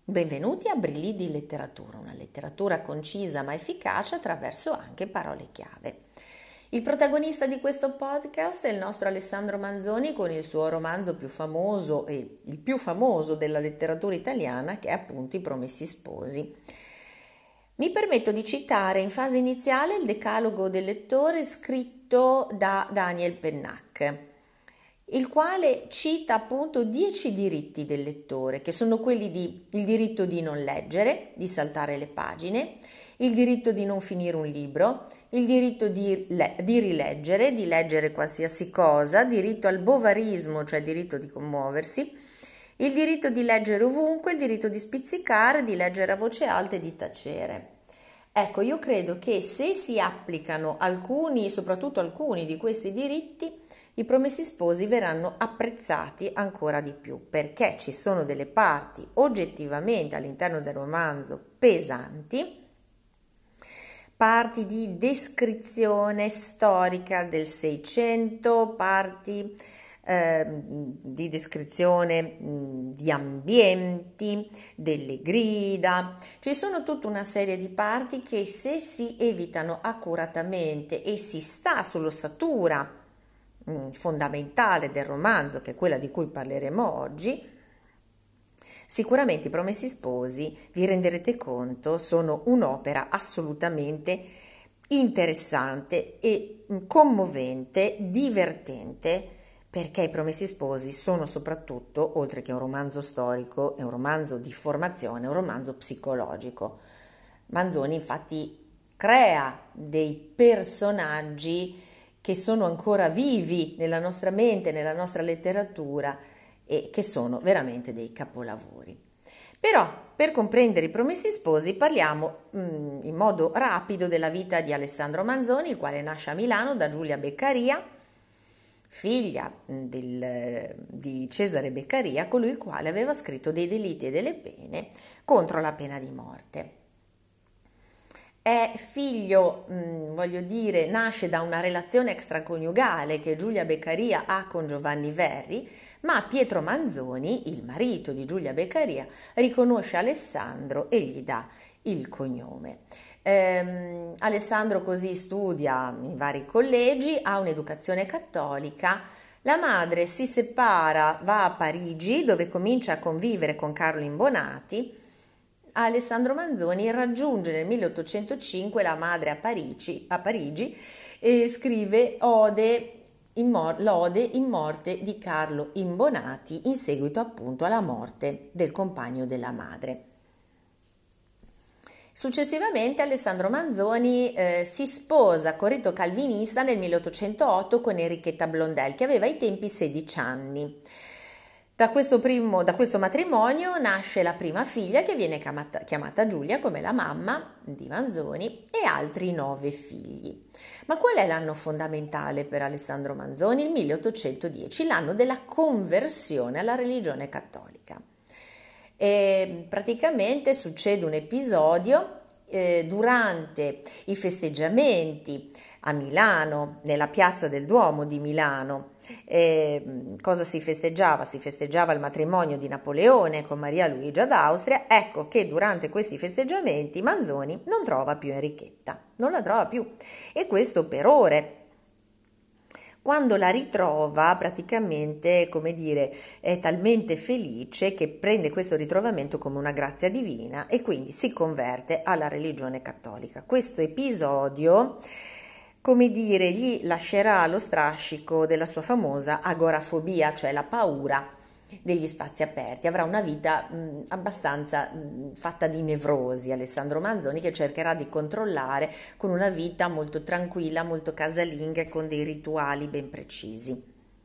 Benvenuti a Brilli di letteratura, una letteratura concisa ma efficace attraverso anche parole chiave. Il protagonista di questo podcast è il nostro Alessandro Manzoni con il suo romanzo più famoso e il più famoso della letteratura italiana, che è appunto I Promessi Sposi. Mi permetto di citare in fase iniziale il decalogo del lettore scritto da Daniel Pennac, il quale cita appunto 10 diritti del lettore, che sono quelli di il diritto di non leggere, di saltare le pagine, il diritto di non finire un libro, il diritto di rileggere, di leggere qualsiasi cosa, diritto al bovarismo, cioè diritto di commuoversi, il diritto di leggere ovunque, il diritto di spizzicare, di leggere a voce alta e di tacere. Ecco, io credo che se si applicano alcuni, soprattutto alcuni di questi diritti, i Promessi Sposi verranno apprezzati ancora di più, perché ci sono delle parti oggettivamente all'interno del romanzo pesanti, parti di descrizione storica del Seicento, parti di descrizione di ambienti, delle grida. Ci sono tutta una serie di parti che, se si evitano accuratamente e si sta sull'ossatura fondamentale del romanzo, che è quella di cui parleremo oggi, sicuramente I Promessi Sposi, vi renderete conto, sono un'opera assolutamente interessante e commovente, divertente, perché I Promessi Sposi sono soprattutto, oltre che un romanzo storico, è un romanzo di formazione, un romanzo psicologico. Manzoni infatti crea dei personaggi che sono ancora vivi nella nostra mente, nella nostra letteratura, e che sono veramente dei capolavori. Però, per comprendere I Promessi Sposi, parliamo in modo rapido della vita di Alessandro Manzoni, il quale nasce a Milano da Giulia Beccaria, figlia di Cesare Beccaria, colui il quale aveva scritto dei delitti e delle pene contro la pena di morte. È figlio, nasce da una relazione extraconiugale che Giulia Beccaria ha con Giovanni Verri, ma Pietro Manzoni, il marito di Giulia Beccaria, riconosce Alessandro e gli dà il cognome. Alessandro così studia in vari collegi, ha un'educazione cattolica. La madre si separa, va a Parigi, dove comincia a convivere con Carlo Imbonati. Alessandro Manzoni raggiunge nel 1805 la madre a Parigi e scrive l'ode in morte di Carlo Imbonati, in seguito appunto alla morte del compagno della madre. Successivamente Alessandro Manzoni si sposa con rito calvinista nel 1808 con Enrichetta Blondel, che aveva ai tempi 16 anni. Da questo matrimonio nasce la prima figlia, che viene chiamata Giulia, come la mamma di Manzoni, e altri 9 figli. Ma qual è l'anno fondamentale per Alessandro Manzoni? Il 1810, l'anno della conversione alla religione cattolica. E praticamente succede un episodio durante i festeggiamenti a Milano, nella piazza del Duomo di Milano. Cosa si festeggiava? Si festeggiava il matrimonio di Napoleone con Maria Luigia d'Austria. Ecco che durante questi festeggiamenti Manzoni non trova più Enrichetta, non la trova più, e questo per ore. Quando la ritrova, praticamente, come dire, è talmente felice che prende questo ritrovamento come una grazia divina e quindi si converte alla religione cattolica. Questo episodio, come dire, gli lascerà lo strascico della sua famosa agorafobia, cioè la paura degli spazi aperti. Avrà una vita abbastanza fatta di nevrosi Alessandro Manzoni, che cercherà di controllare con una vita molto tranquilla, molto casalinga e con dei rituali ben precisi.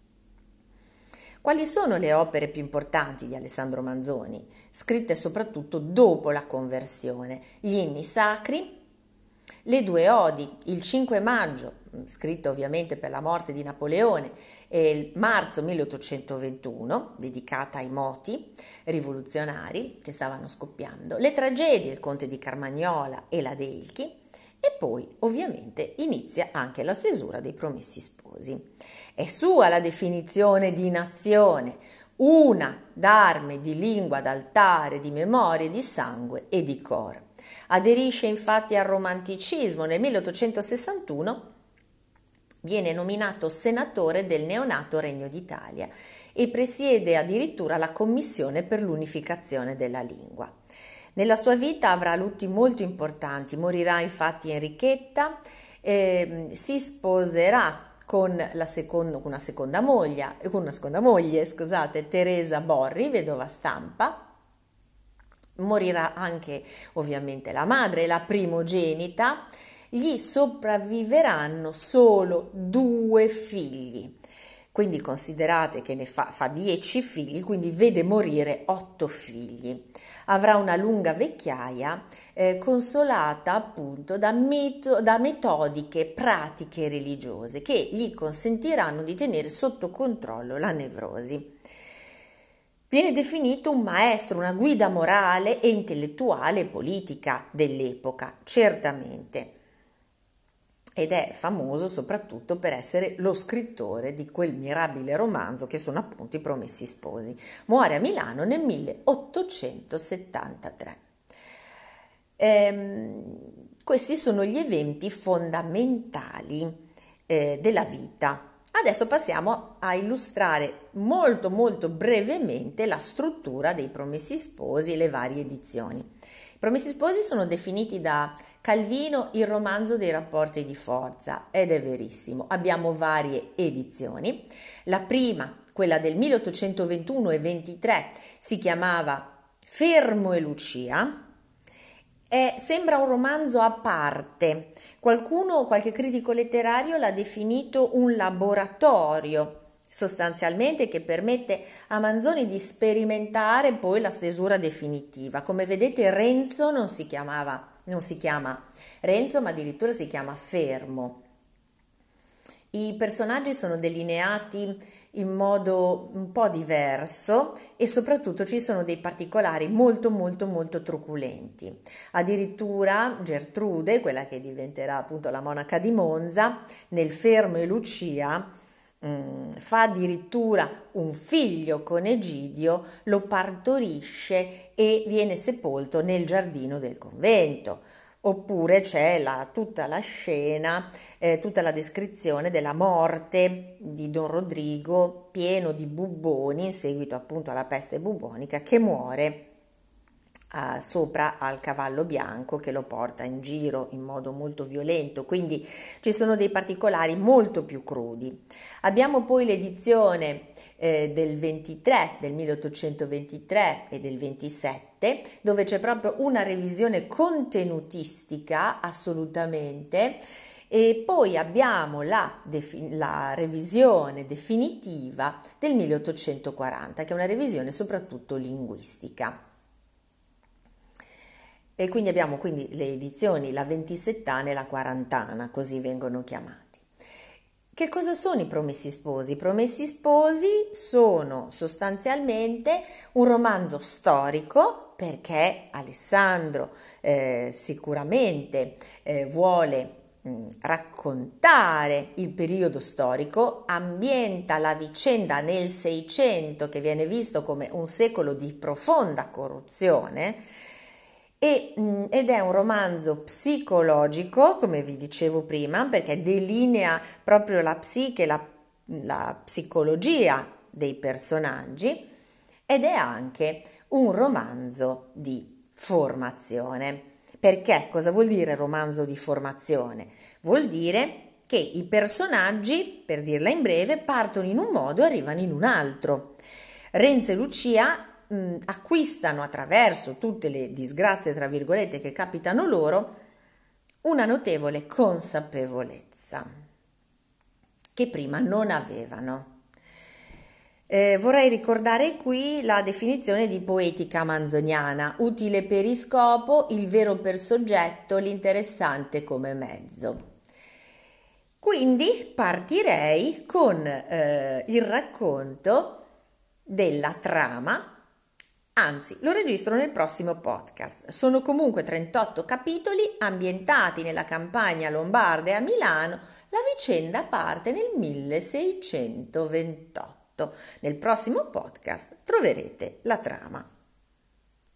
Quali sono le opere più importanti di Alessandro Manzoni, scritte soprattutto dopo la conversione? Gli inni sacri, le 2 odi, il 5 maggio, scritto ovviamente per la morte di Napoleone, e il marzo 1821, dedicata ai moti rivoluzionari che stavano scoppiando, le tragedie, il Conte di Carmagnola e la Delchi, e poi ovviamente inizia anche la stesura dei Promessi Sposi. È sua la definizione di nazione, una d'arme, di lingua, d'altare, di memoria, di sangue e di cor. Aderisce infatti al romanticismo. Nel 1861 viene nominato senatore del neonato Regno d'Italia e presiede addirittura la commissione per l'unificazione della lingua. Nella sua vita avrà lutti molto importanti, morirà infatti Enrichetta, si sposerà con una seconda moglie, Teresa Borri, vedova Stampa. Morirà anche ovviamente la madre, la primogenita. Gli sopravviveranno solo 2 figli. Quindi considerate che ne fa 10 figli, quindi vede morire 8 figli. Avrà una lunga vecchiaia consolata appunto da metodiche pratiche religiose che gli consentiranno di tenere sotto controllo la nevrosi. Viene definito un maestro, una guida morale e intellettuale e politica dell'epoca, certamente. Ed è famoso soprattutto per essere lo scrittore di quel mirabile romanzo che sono appunto I Promessi Sposi. Muore a Milano nel 1873. Questi sono gli eventi fondamentali della vita. Adesso passiamo a illustrare molto molto brevemente la struttura dei Promessi Sposi e le varie edizioni. I Promessi Sposi sono definiti da Calvino il romanzo dei rapporti di forza, ed è verissimo. Abbiamo varie edizioni. La prima, quella del 1821 e 23, si chiamava Fermo e Lucia. Sembra un romanzo a parte. Qualche critico letterario l'ha definito un laboratorio, sostanzialmente, che permette a Manzoni di sperimentare poi la stesura definitiva. Come vedete, Renzo non si chiama Renzo, ma addirittura si chiama Fermo. I personaggi sono delineati in modo un po' diverso e soprattutto ci sono dei particolari molto molto molto truculenti. Addirittura Gertrude, quella che diventerà appunto la monaca di Monza, nel Fermo e Lucia fa addirittura un figlio con Egidio, lo partorisce e viene sepolto nel giardino del convento. Oppure c'è tutta la scena, tutta la descrizione della morte di Don Rodrigo, pieno di bubboni in seguito appunto alla peste bubbonica, che muore sopra al cavallo bianco che lo porta in giro in modo molto violento. Quindi ci sono dei particolari molto più crudi. Abbiamo poi l'edizione del 1823 e del 27, dove c'è proprio una revisione contenutistica assolutamente, e poi abbiamo la revisione definitiva del 1840, che è una revisione soprattutto linguistica. E quindi abbiamo le edizioni, la ventisettana e la quarantana, così vengono chiamati. Che cosa sono i Promessi Sposi? I Promessi Sposi sono sostanzialmente un romanzo storico, perché Alessandro sicuramente vuole raccontare il periodo storico, ambienta la vicenda nel Seicento, che viene visto come un secolo di profonda corruzione, ed è un romanzo psicologico, come vi dicevo prima, perché delinea proprio la psiche, la psicologia dei personaggi, ed è anche un romanzo di formazione. Perché? Cosa vuol dire romanzo di formazione? Vuol dire che i personaggi, per dirla in breve, partono in un modo e arrivano in un altro. Renzo e Lucia acquistano, attraverso tutte le disgrazie tra virgolette che capitano loro, una notevole consapevolezza che prima non avevano. Vorrei ricordare qui la definizione di poetica manzoniana: utile per iscopo, il vero per soggetto, l'interessante come mezzo. Quindi partirei con il racconto della trama. Anzi, lo registro nel prossimo podcast. Sono comunque 38 capitoli ambientati nella campagna lombarda e a Milano. La vicenda parte nel 1628. fatto. Nel prossimo podcast troverete la trama.